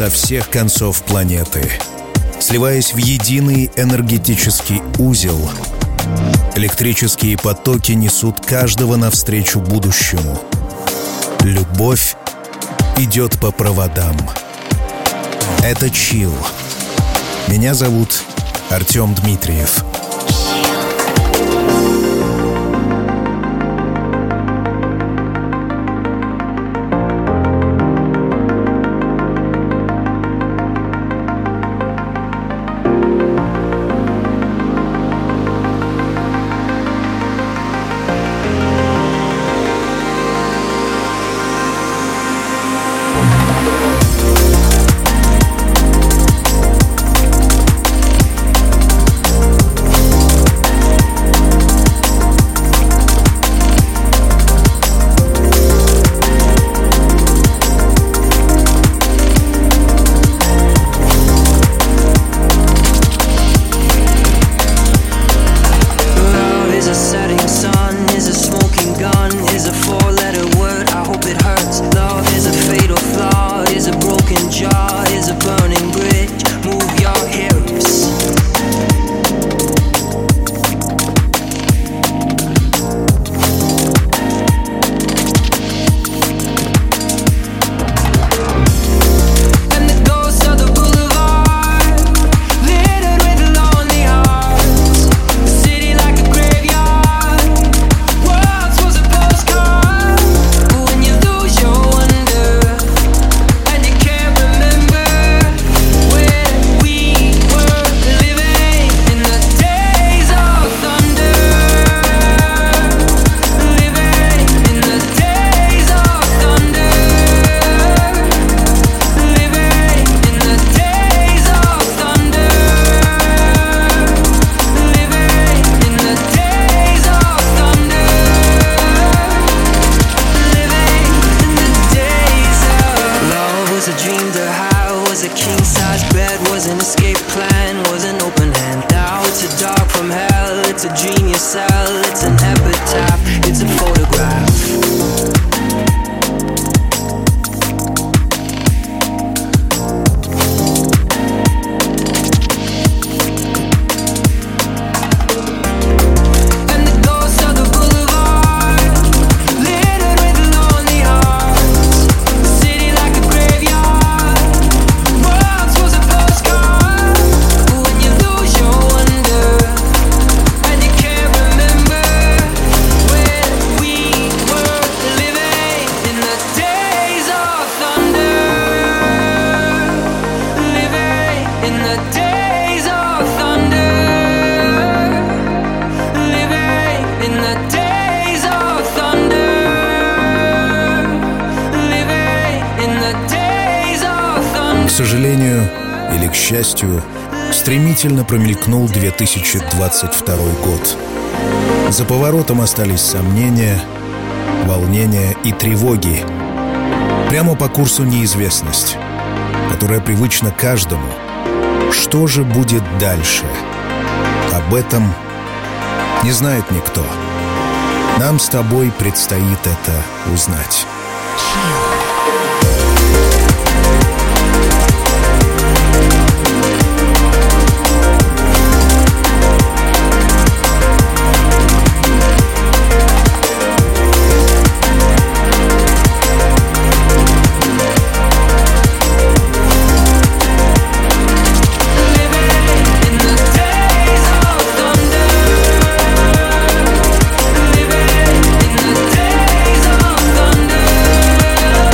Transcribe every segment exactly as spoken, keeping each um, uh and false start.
со всех концов планеты. Сливаясь в единый энергетический узел, электрические потоки несут каждого навстречу будущему. Любовь идет по проводам. Это чилл. Меня зовут Артем Дмитриев. К сожалению или к счастью, стремительно промелькнул две тысячи двадцать второй год. За поворотом остались сомнения, волнения и тревоги. Прямо по курсу неизвестность, которая привычна каждому. Что же будет дальше? Об этом не знает никто. Нам с тобой предстоит это узнать. Living in the days of thunder.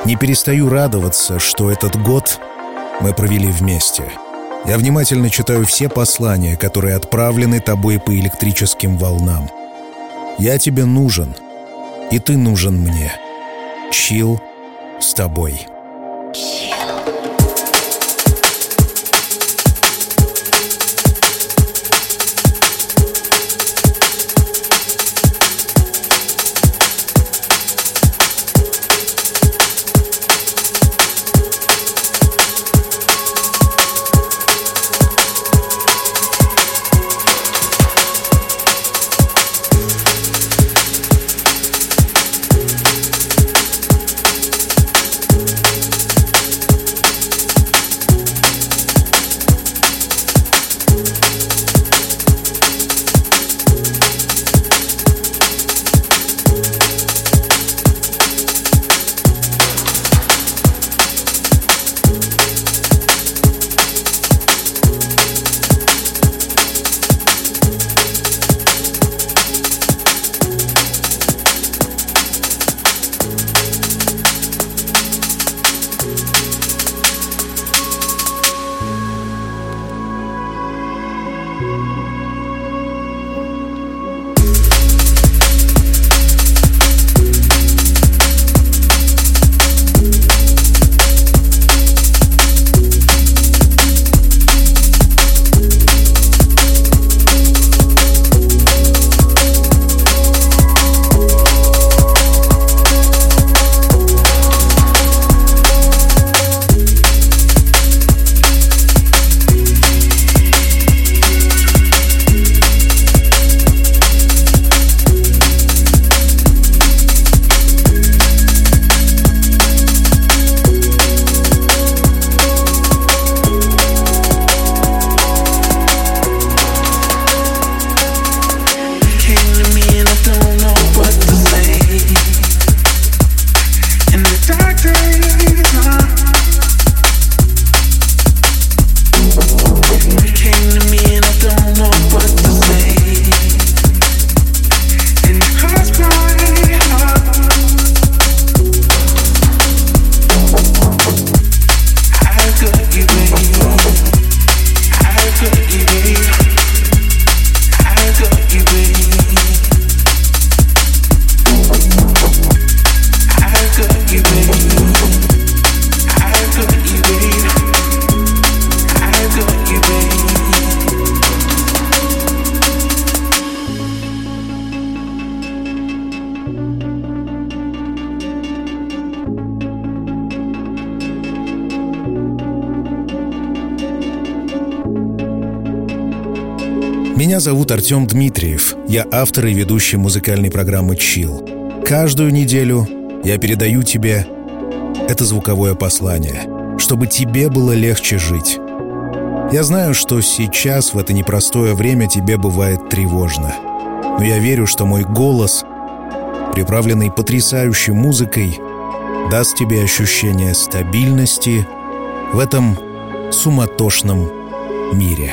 Не перестаю радоваться, что этот год мы провели вместе. Я внимательно читаю все послания, которые отправлены тобой по электрическим волнам. Я тебе нужен, и ты нужен мне. Чилл с тобой. Меня зовут Артем Дмитриев. Я автор и ведущий музыкальной программы «Chill». Каждую неделю я передаю тебе это звуковое послание, чтобы тебе было легче жить. Я знаю, что сейчас, в это непростое время, тебе бывает тревожно. Но я верю, что мой голос, приправленный потрясающей музыкой, даст тебе ощущение стабильности в этом суматошном мире.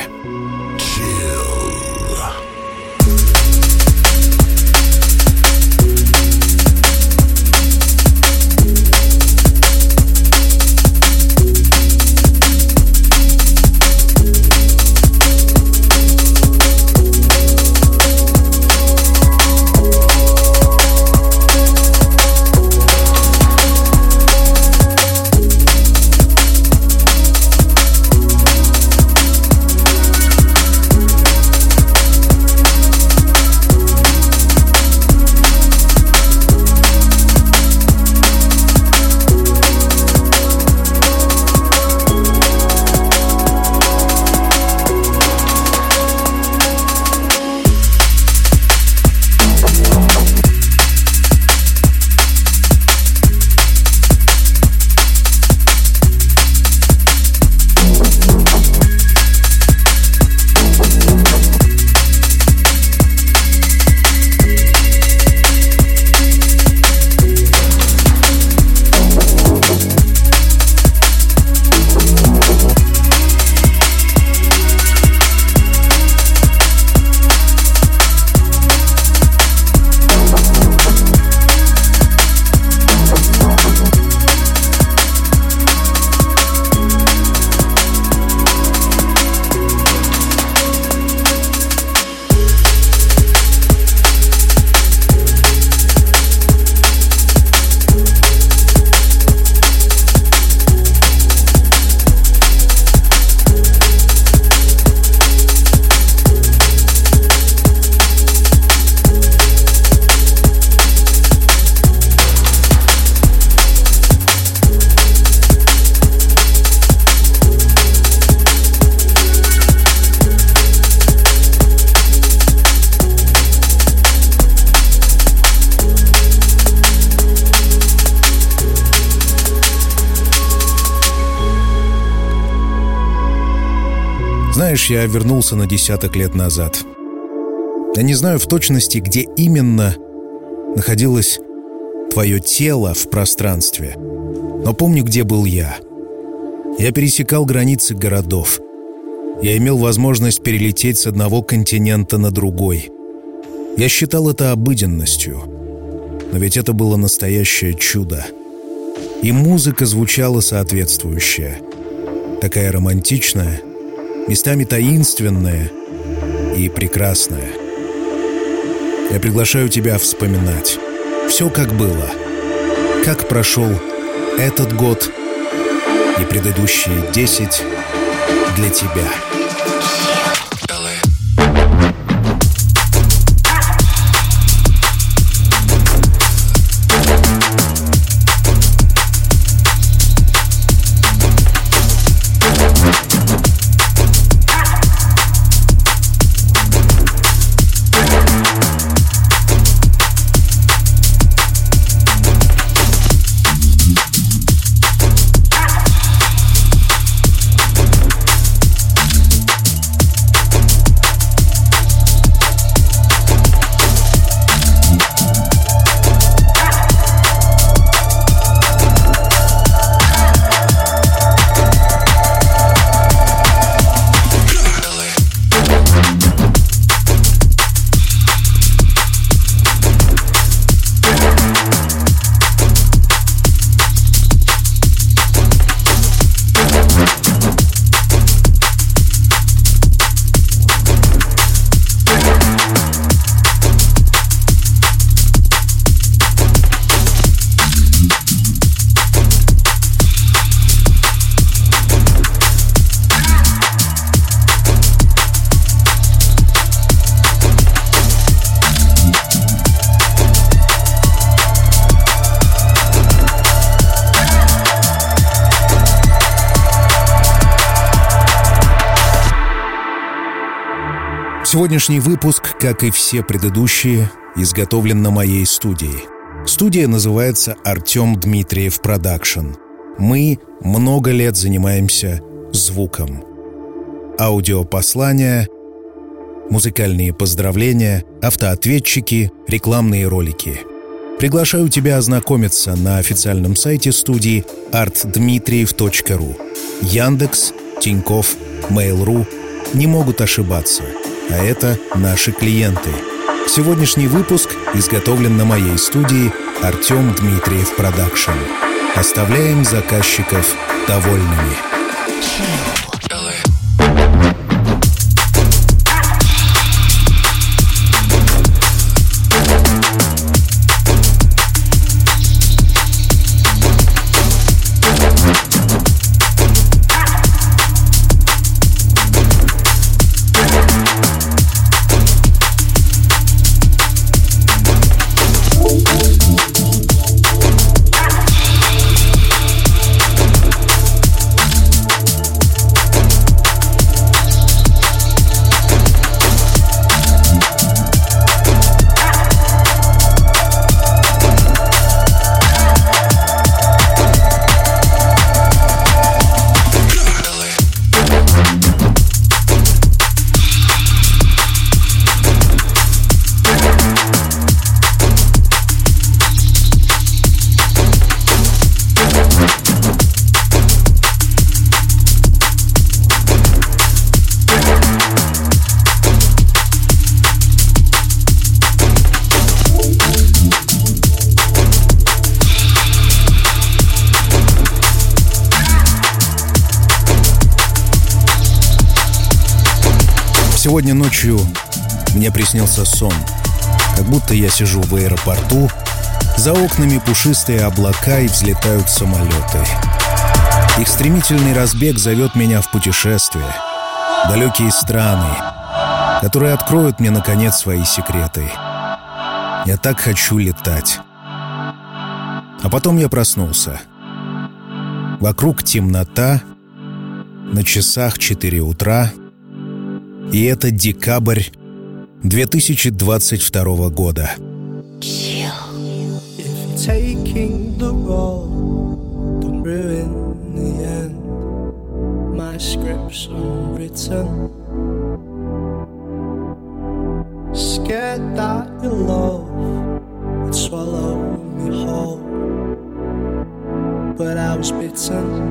знаешь, я вернулся на десяток лет назад. Я не знаю в точности, где именно находилось твое тело в пространстве, но помню, где был я. Я пересекал границы городов. Я имел возможность перелететь с одного континента на другой. Я считал это обыденностью, но ведь это было настоящее чудо. И музыка звучала соответствующая, такая романтичная, местами таинственная и прекрасная. Я приглашаю тебя вспоминать все, как было, как прошел этот год и предыдущие десять для тебя. Сегодняшний выпуск, как и все предыдущие, изготовлен на моей студии. Студия называется «Артем Дмитриев Продакшн». Мы много лет занимаемся звуком. Аудиопослания, музыкальные поздравления, автоответчики, рекламные ролики. Приглашаю тебя ознакомиться на официальном сайте студии арт дмитриев точка ру. Яндекс, Тинькофф, Mail.ru не могут ошибаться. А это наши клиенты. Сегодняшний выпуск изготовлен на моей студии «Артем Дмитриев Продакшн». Оставляем заказчиков довольными. Сегодня ночью мне приснился сон, как будто я сижу в аэропорту, за окнами пушистые облака и взлетают самолеты. Их стремительный разбег зовет меня в путешествие, далекие страны, которые откроют мне, наконец, свои секреты. Я так хочу летать. А потом я проснулся. Вокруг темнота, на часах четыре утра, и это декабрь две тысячи двадцать второго года. My script's unwritten, scared that your love would swallow me whole, but I was bitten.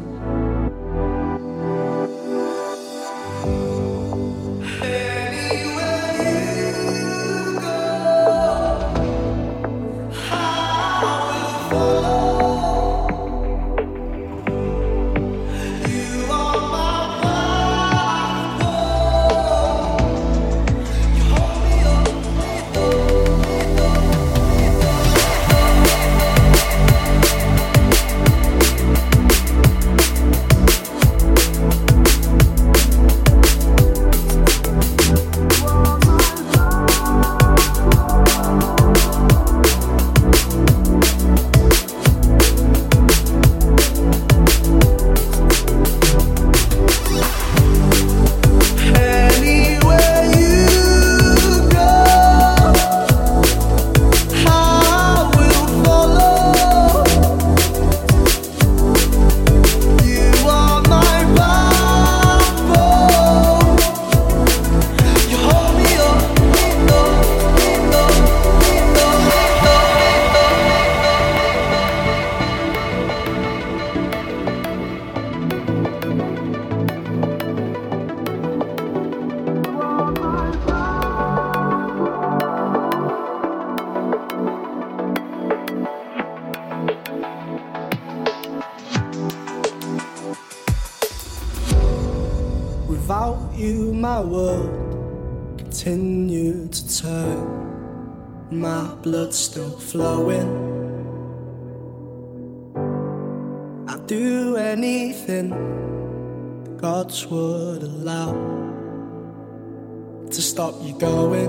Without you, my world continued to turn. My blood still flowing. I'd do anything the gods would allow to stop you going.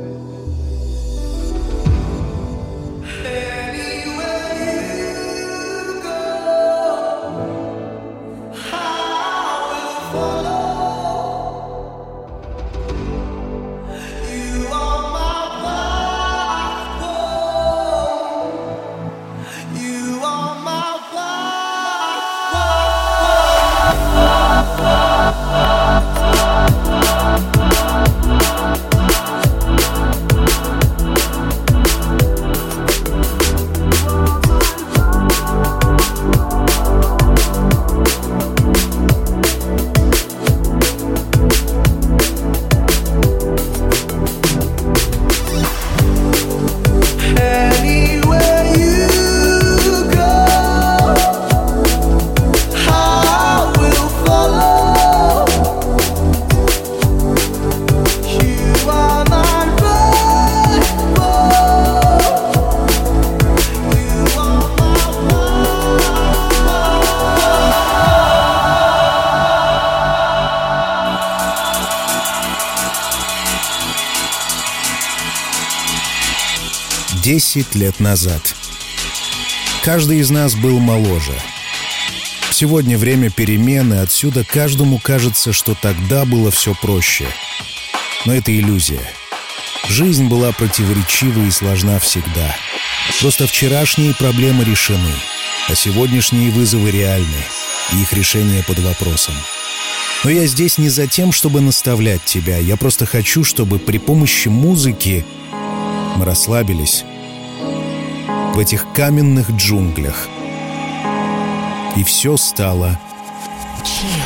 Десять лет назад. Каждый из нас был моложе. Сегодня время перемен, и отсюда каждому кажется, что тогда было все проще. Но это иллюзия. Жизнь была противоречива и сложна всегда. Просто вчерашние проблемы решены, а сегодняшние вызовы реальны, и их решение под вопросом. Но я здесь не за тем, чтобы наставлять тебя. Я просто хочу, чтобы при помощи музыки мы расслабились в этих каменных джунглях, и все стало chill.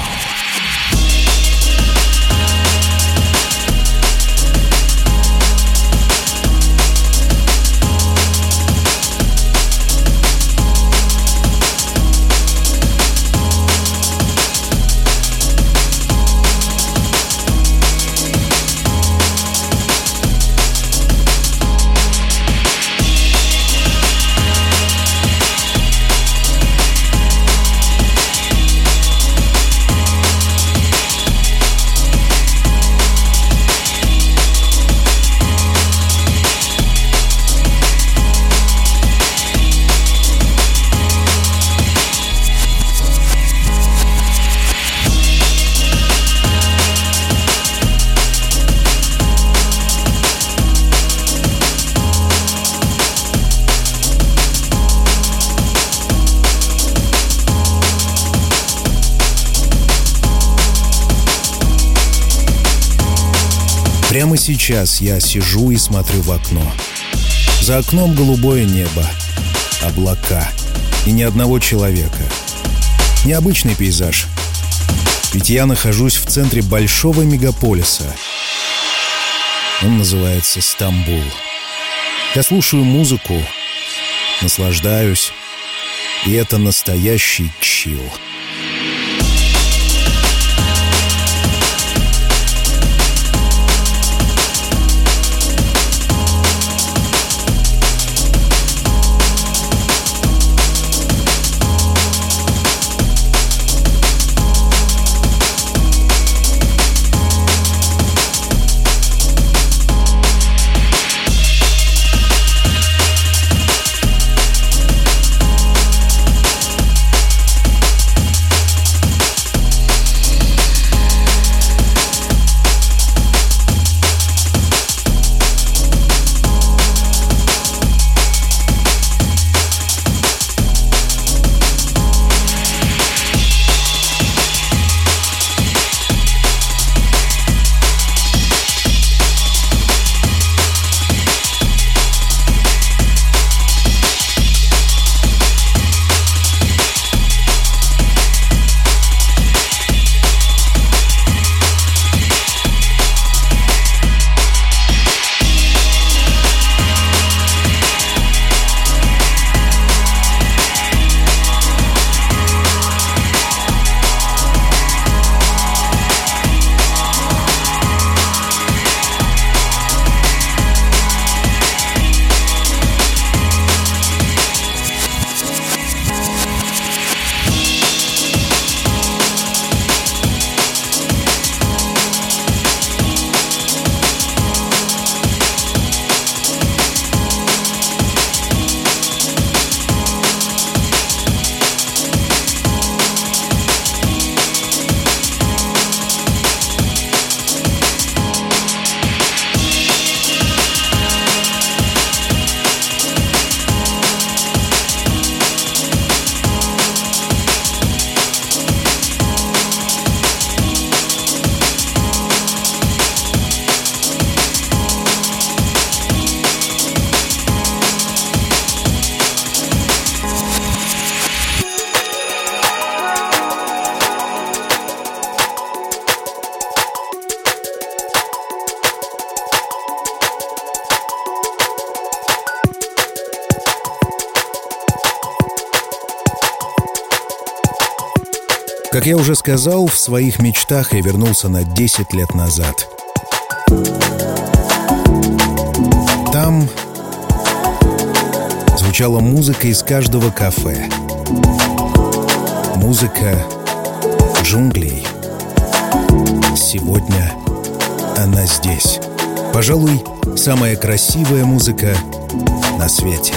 Прямо сейчас я сижу и смотрю в окно. За окном голубое небо, облака и ни одного человека. Необычный пейзаж. Ведь я нахожусь в центре большого мегаполиса. Он называется Стамбул. Я слушаю музыку, наслаждаюсь, и это настоящий чилл. Как я уже сказал, в своих мечтах я вернулся на десять лет назад. Там звучала музыка из каждого кафе. Музыка джунглей. Сегодня она здесь. Пожалуй, самая красивая музыка на свете.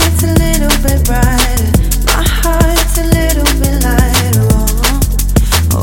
My heart's a little bit lighter.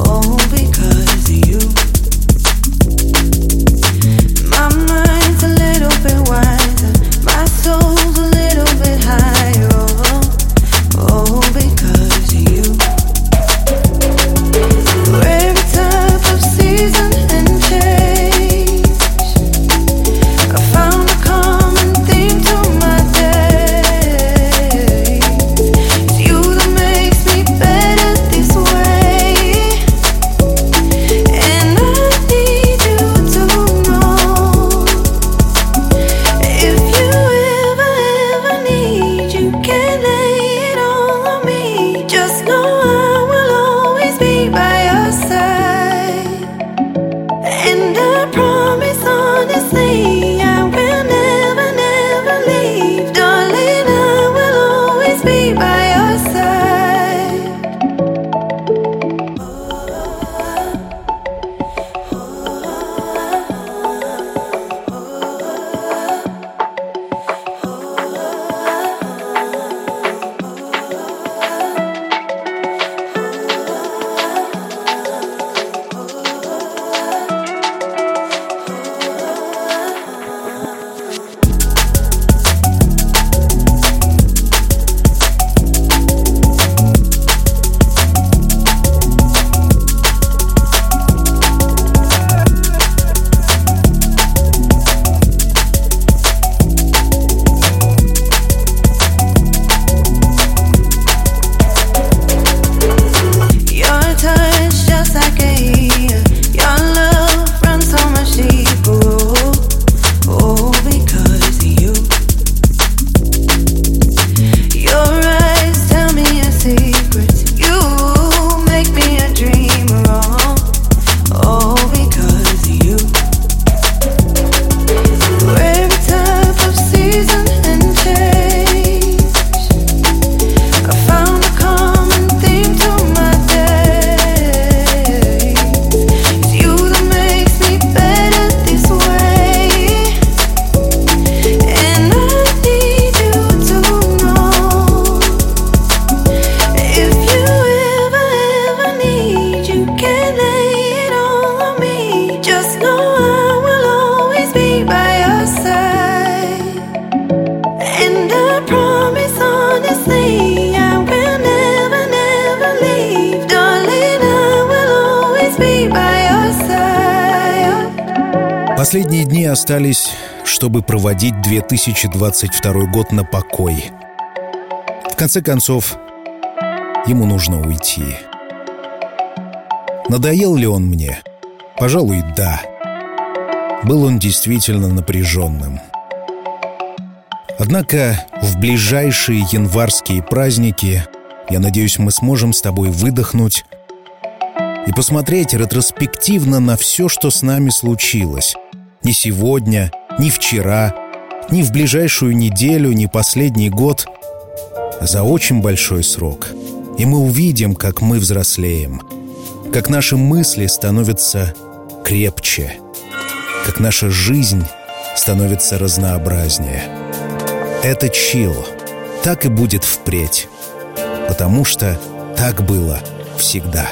Последние дни остались, чтобы проводить две тысячи двадцать второй год на покой. В конце концов, ему нужно уйти. Надоел ли он мне? Пожалуй, да. Был он действительно напряженным. Однако в ближайшие январские праздники, я надеюсь, мы сможем с тобой выдохнуть и посмотреть ретроспективно на все, что с нами случилось. Ни сегодня, ни вчера, ни в ближайшую неделю, ни последний год, а за очень большой срок. И мы увидим, как мы взрослеем, как наши мысли становятся крепче, как наша жизнь становится разнообразнее. Это чилл. Так и будет впредь. Потому что так было всегда.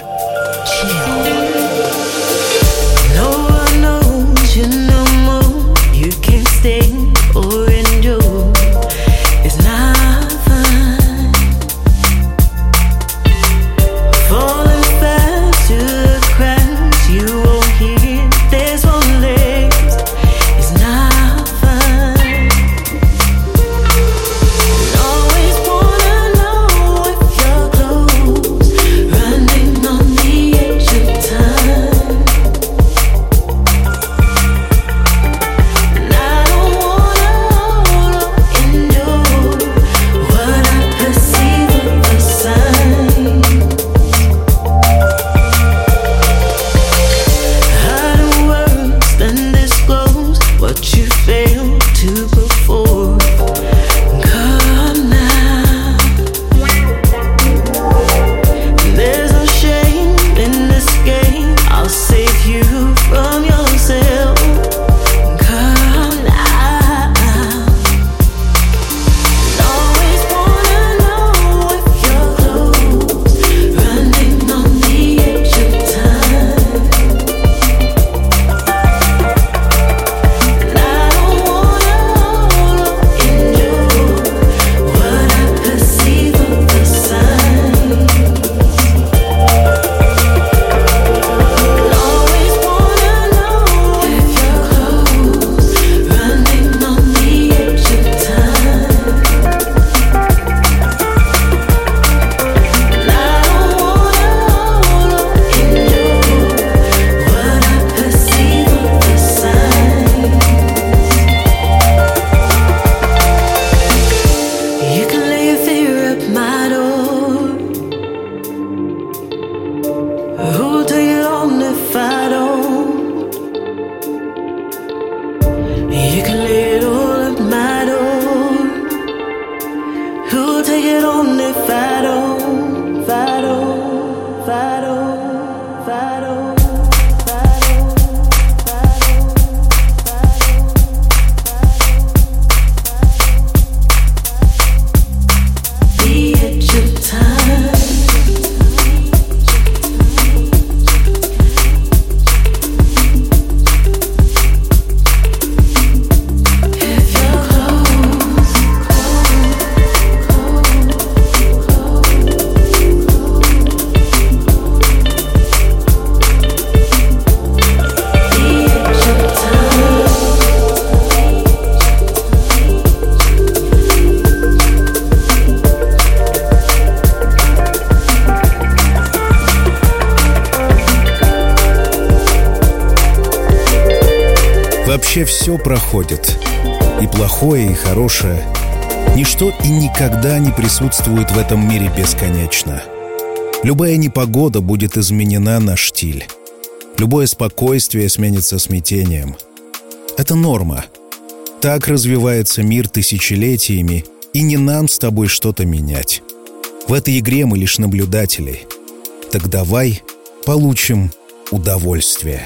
Вообще все проходит. И плохое, и хорошее. Ничто и никогда не присутствует в этом мире бесконечно. Любая непогода будет изменена на штиль. Любое спокойствие сменится смятением. Это норма. Так развивается мир тысячелетиями, и не нам с тобой что-то менять. В этой игре мы лишь наблюдатели. Так давай получим удовольствие.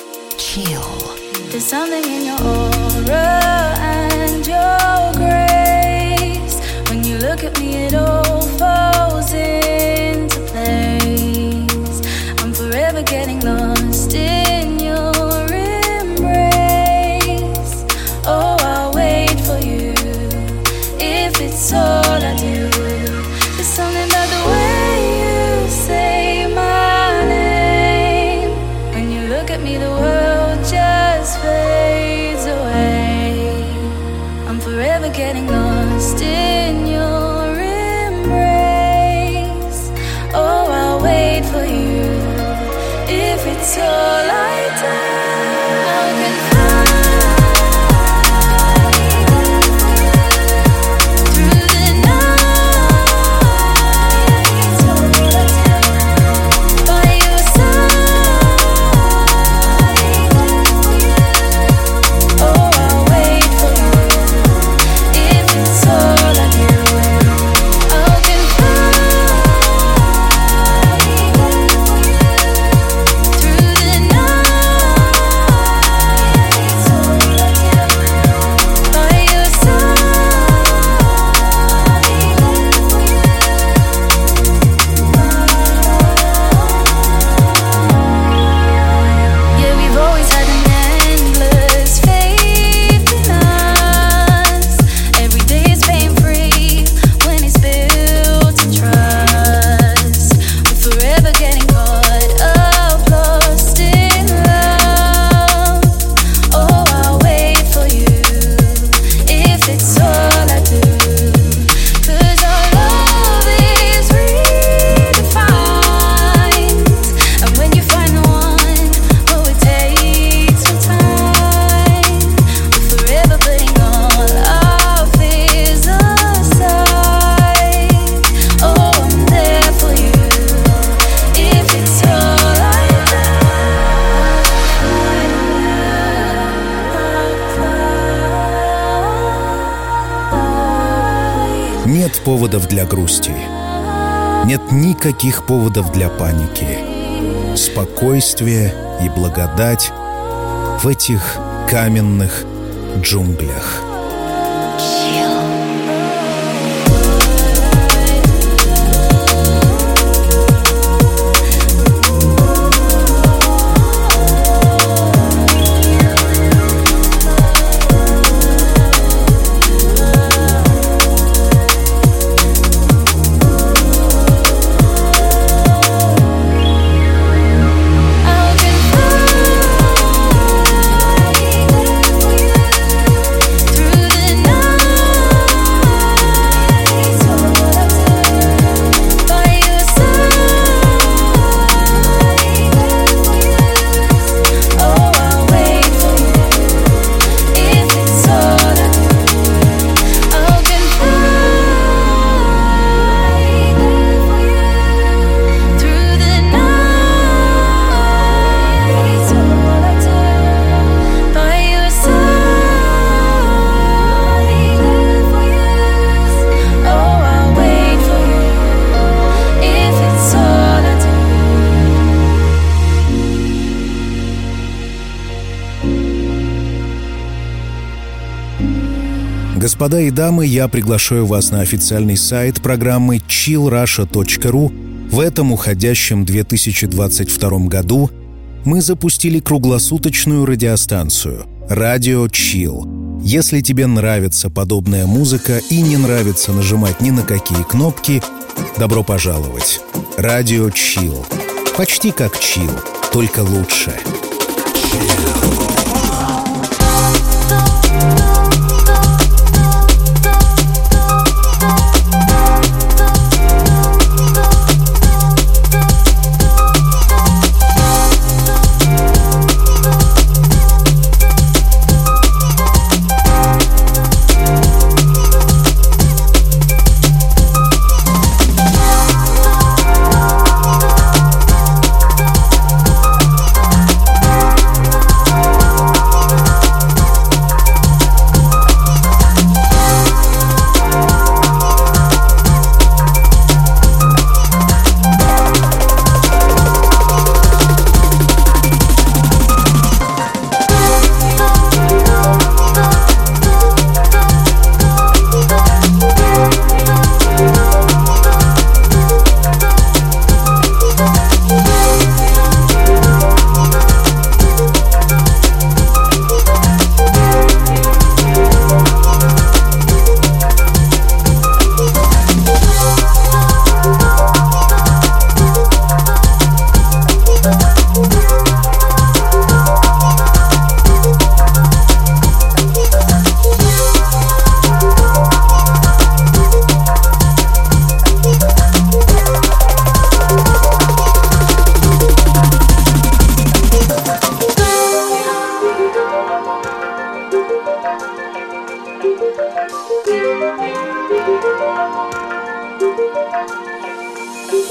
Chill. There's something in your aura and your grace. When you look at me, it all falls into place. I'm forever getting lost in your embrace. Oh, I'll wait for you if it's all I do. There's something about the way you say my name. When you look at me, the world just fades. it's all I do, how can I through the night by your side? Oh, I'll wait for you if it's all I do. How can I through the night by your side? Yeah, we've always had an endless faith in us. Every day is pain-free when it's built on trust. We're forever getting caught up, lost in love. Oh, I'll wait for you if it's all I do. 'Cause our love is redefined. And when you find the one, oh, it takes some time. We're forever putting all our fears aside. Oh, I'm there for you if it's all I do. Нет поводов для грусти. Нет никаких поводов для паники. Спокойствие и благодать в этих каменных джунглях. How can I through the night by your side? Oh, I'll wait for you if it's all I do. How can I through the night by your side? Oh, I'll wait for you if it's all I do. Господа и дамы, я приглашаю вас на официальный сайт программы чилл раша точка ру. В этом уходящем две тысячи двадцать втором году мы запустили круглосуточную радиостанцию «Радио Чилл». Если тебе нравится подобная музыка и не нравится нажимать ни на какие кнопки, добро пожаловать. «Радио Чилл». Почти как чилл, только лучше. How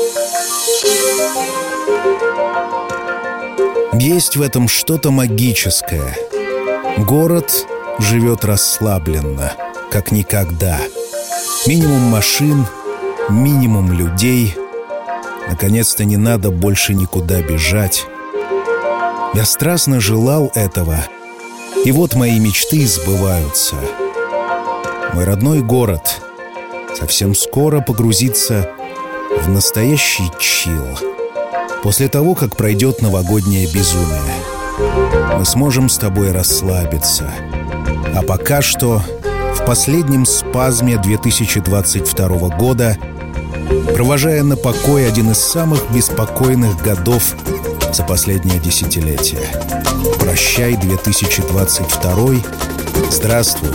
Есть в этом что-то магическое. Город живет расслабленно, как никогда. Минимум машин, минимум людей. Наконец-то не надо больше никуда бежать. Я страстно желал этого, и вот мои мечты сбываются. Мой родной город совсем скоро погрузится в настоящий чилл. После того, как пройдет новогоднее безумие, мы сможем с тобой расслабиться. А пока что, в последнем спазме две тысячи двадцать второго года, провожая на покой один из самых беспокойных годов за последнее десятилетие. Прощай, две тысячи двадцать второй. Здравствуй.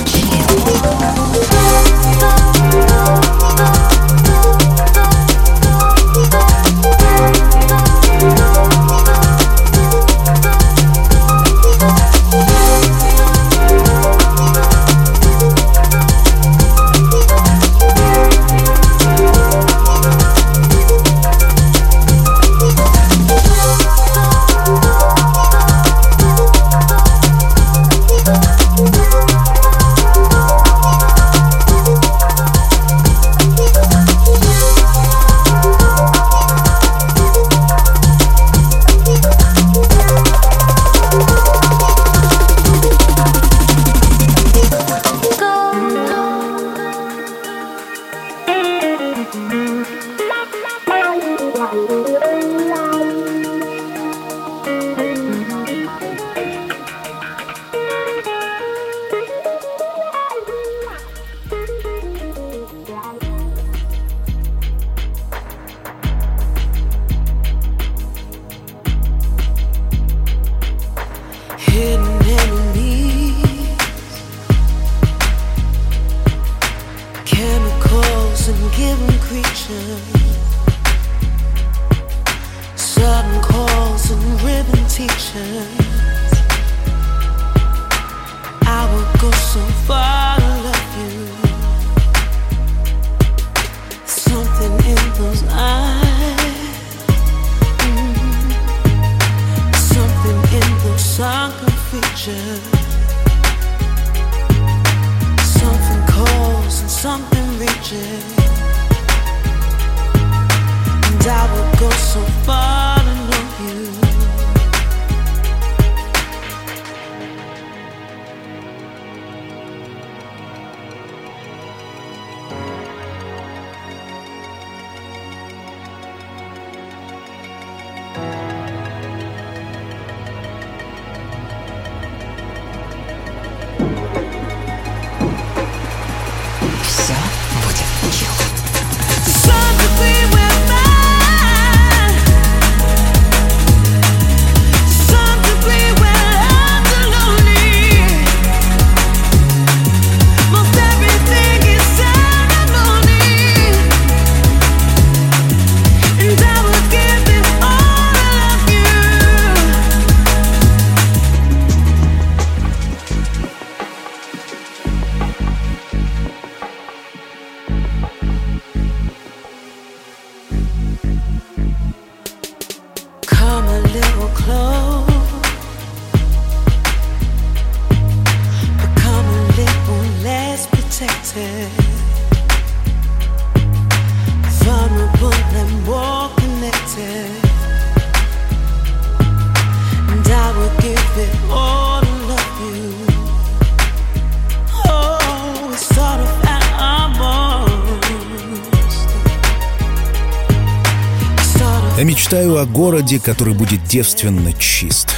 Я мечтаю о городе, который будет девственно чист.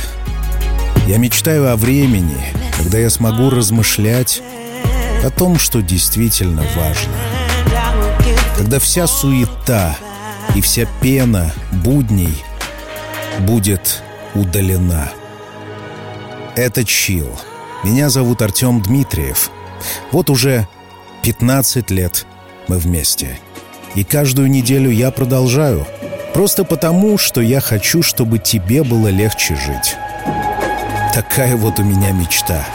Я мечтаю о времени, когда я смогу размышлять о том, что действительно важно. Когда вся суета и вся пена будней будет удалена. Это чилл. Меня зовут Артем Дмитриев. Вот уже пятнадцать лет мы вместе. И каждую неделю я продолжаю. Просто потому, что я хочу, чтобы тебе было легче жить. Такая вот у меня мечта.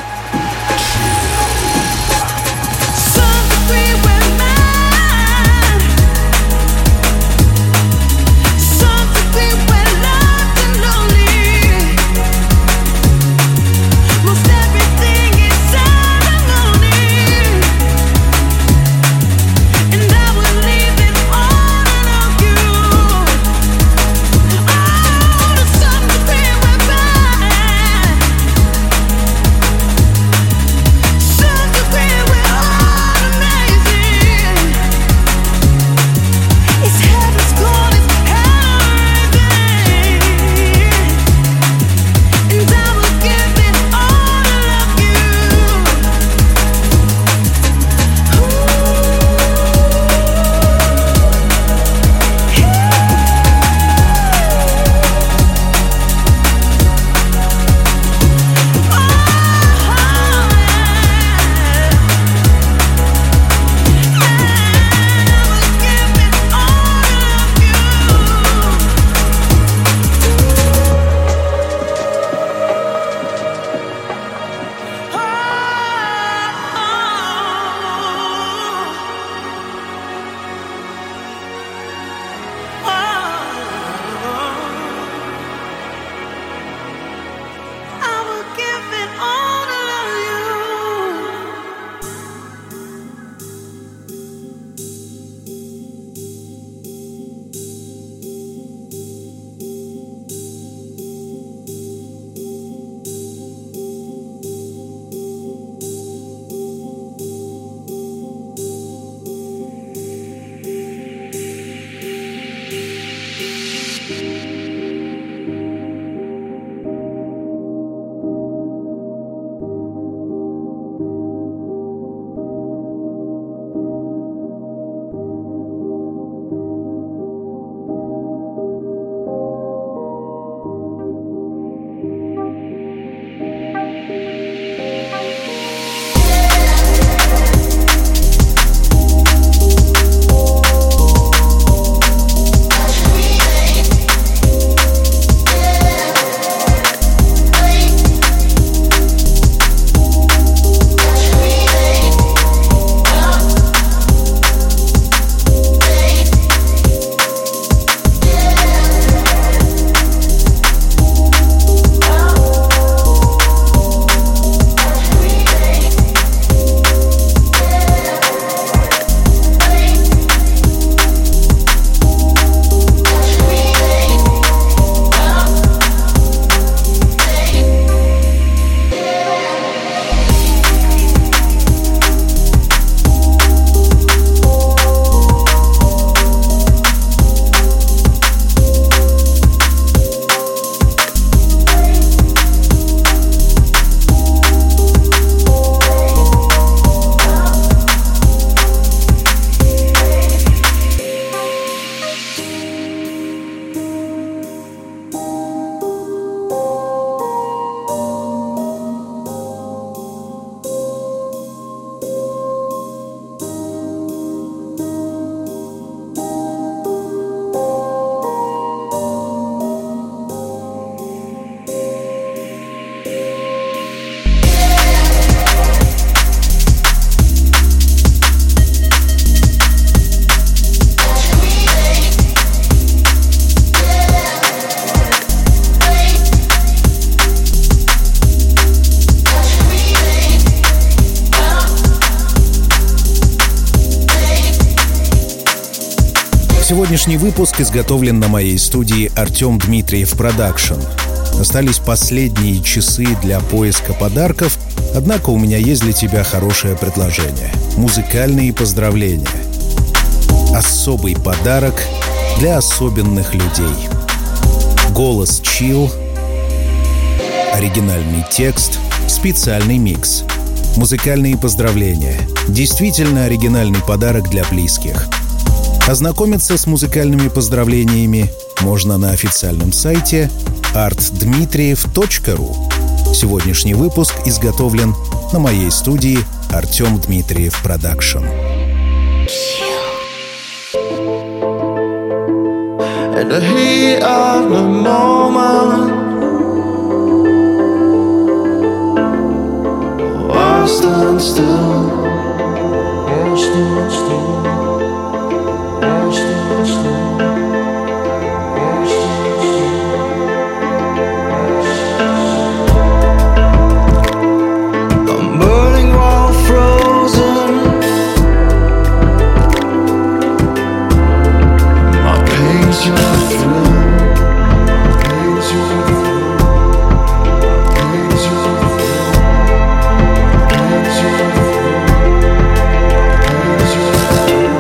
Сегодняшний выпуск изготовлен на моей студии Артем Дмитриев Продакшн. Остались последние часы для поиска подарков, однако у меня есть для тебя хорошее предложение. Музыкальные поздравления. Особый подарок для особенных людей. Голос Chill, оригинальный текст, специальный микс. Музыкальные поздравления. Действительно оригинальный подарок для близких. Ознакомиться с музыкальными поздравлениями можно на официальном сайте арт дмитриев точка ру. Сегодняшний выпуск изготовлен на моей студии Артем Дмитриев Продакшн. At the heat of the moment, oh, I stand still, I stand still, I stand still, I stand still. I'm burning while frozen. My pain's your thrill. Pain's your thrill. Pain's your thrill. Pain's your thrill. Pain's your thrill.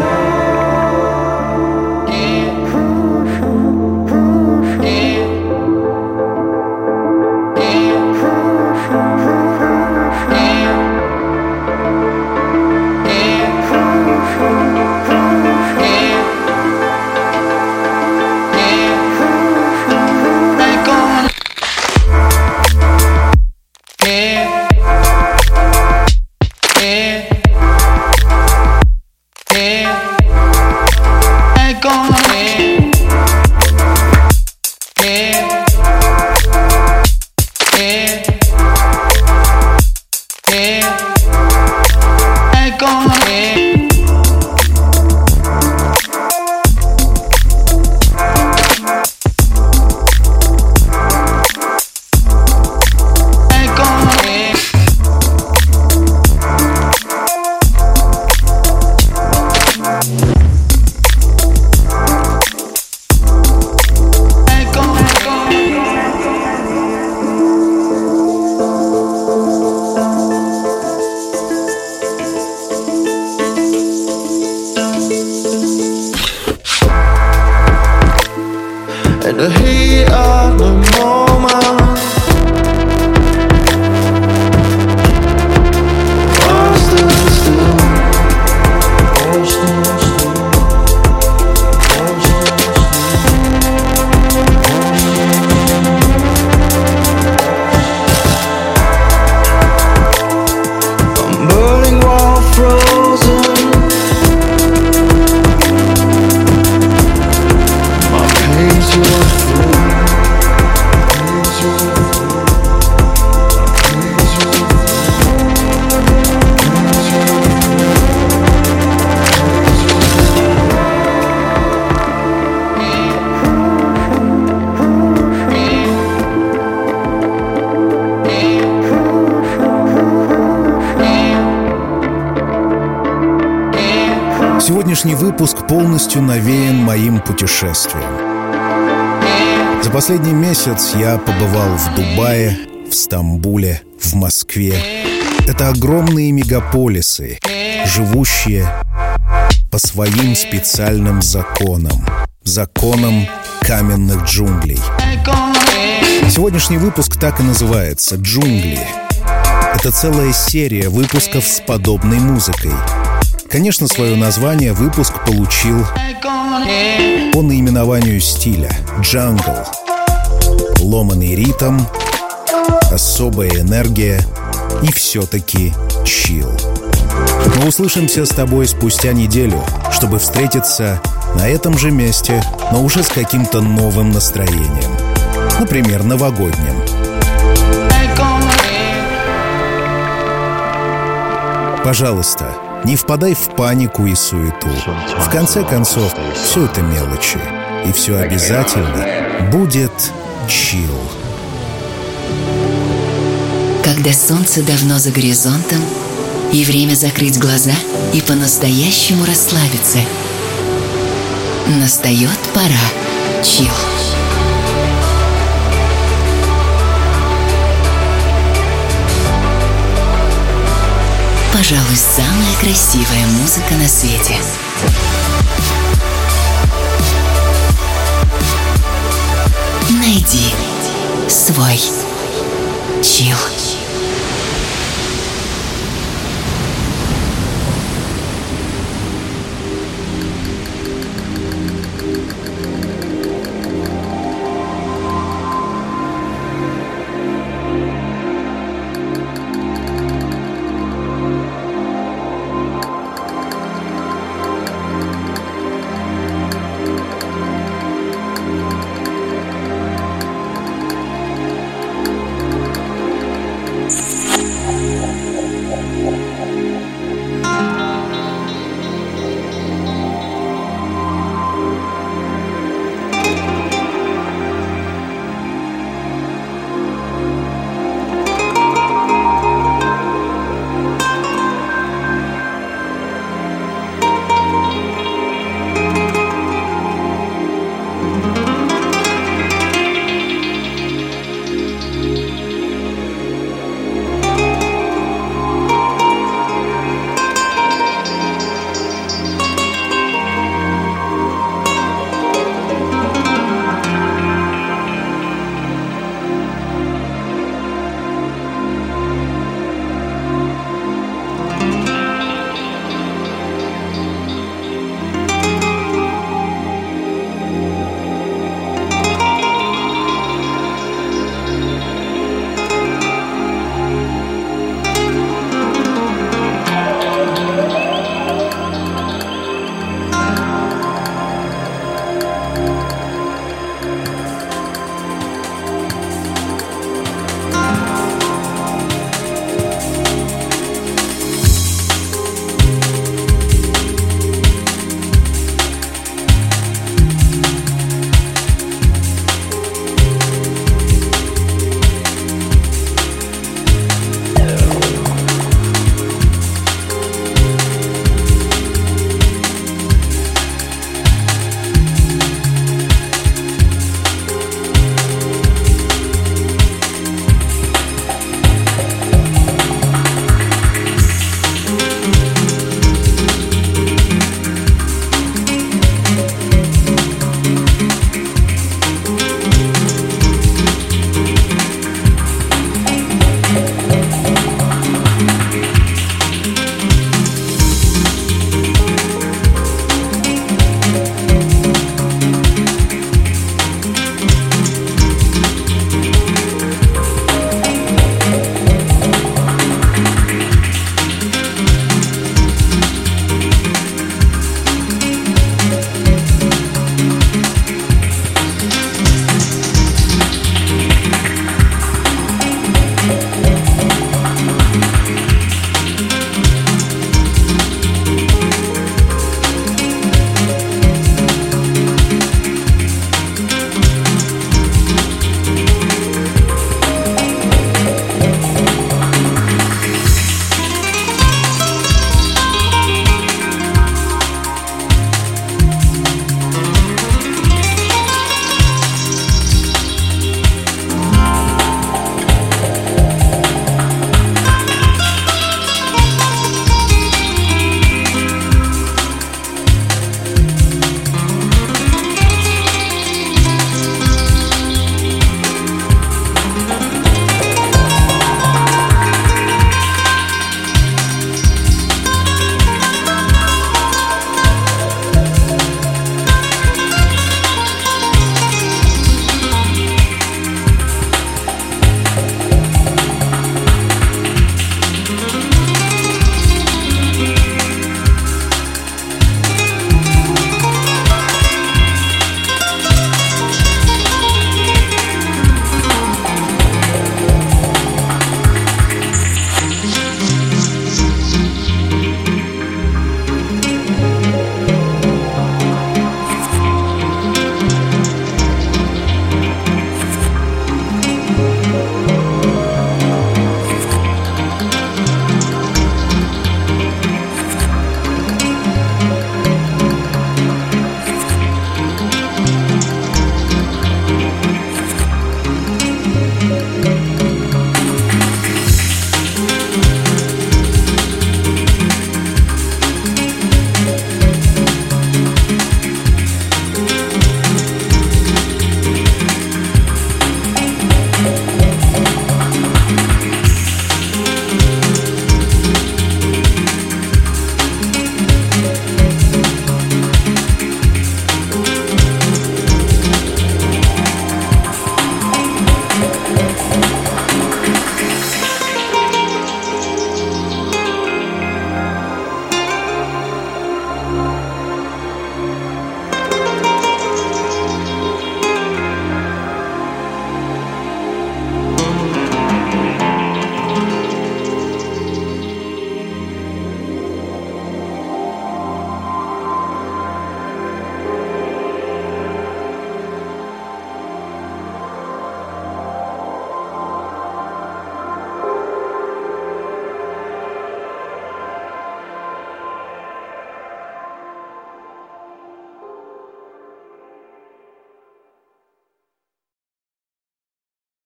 At the heat of the moment, I stand still, I stand still, I stand still. I'm burning while frozen. Pain's your thrill. Pain's your thrill. Pain's your thrill. Pain's your В Сегодняшний выпуск полностью навеян моим путешествием. За последний месяц я побывал в Дубае, в Стамбуле, в Москве. Это огромные мегаполисы, живущие по своим специальным законам. Законам каменных джунглей. Сегодняшний выпуск так и называется «Джунгли». Это целая серия выпусков с подобной музыкой. Конечно, свое название выпуск получил по наименованию стиля «Джангл». Ломаный ритм, особая энергия и все-таки чилл. Мы услышимся с тобой спустя неделю, чтобы встретиться на этом же месте, но уже с каким-то новым настроением. Например, новогодним. Пожалуйста, не впадай в панику и суету. В конце концов, все это мелочи. И все обязательно будет чилл. Когда солнце давно за горизонтом, и время закрыть глаза и по-настоящему расслабиться. Настает пора чил. Пожалуй, самая красивая музыка на свете. Найди свой чил.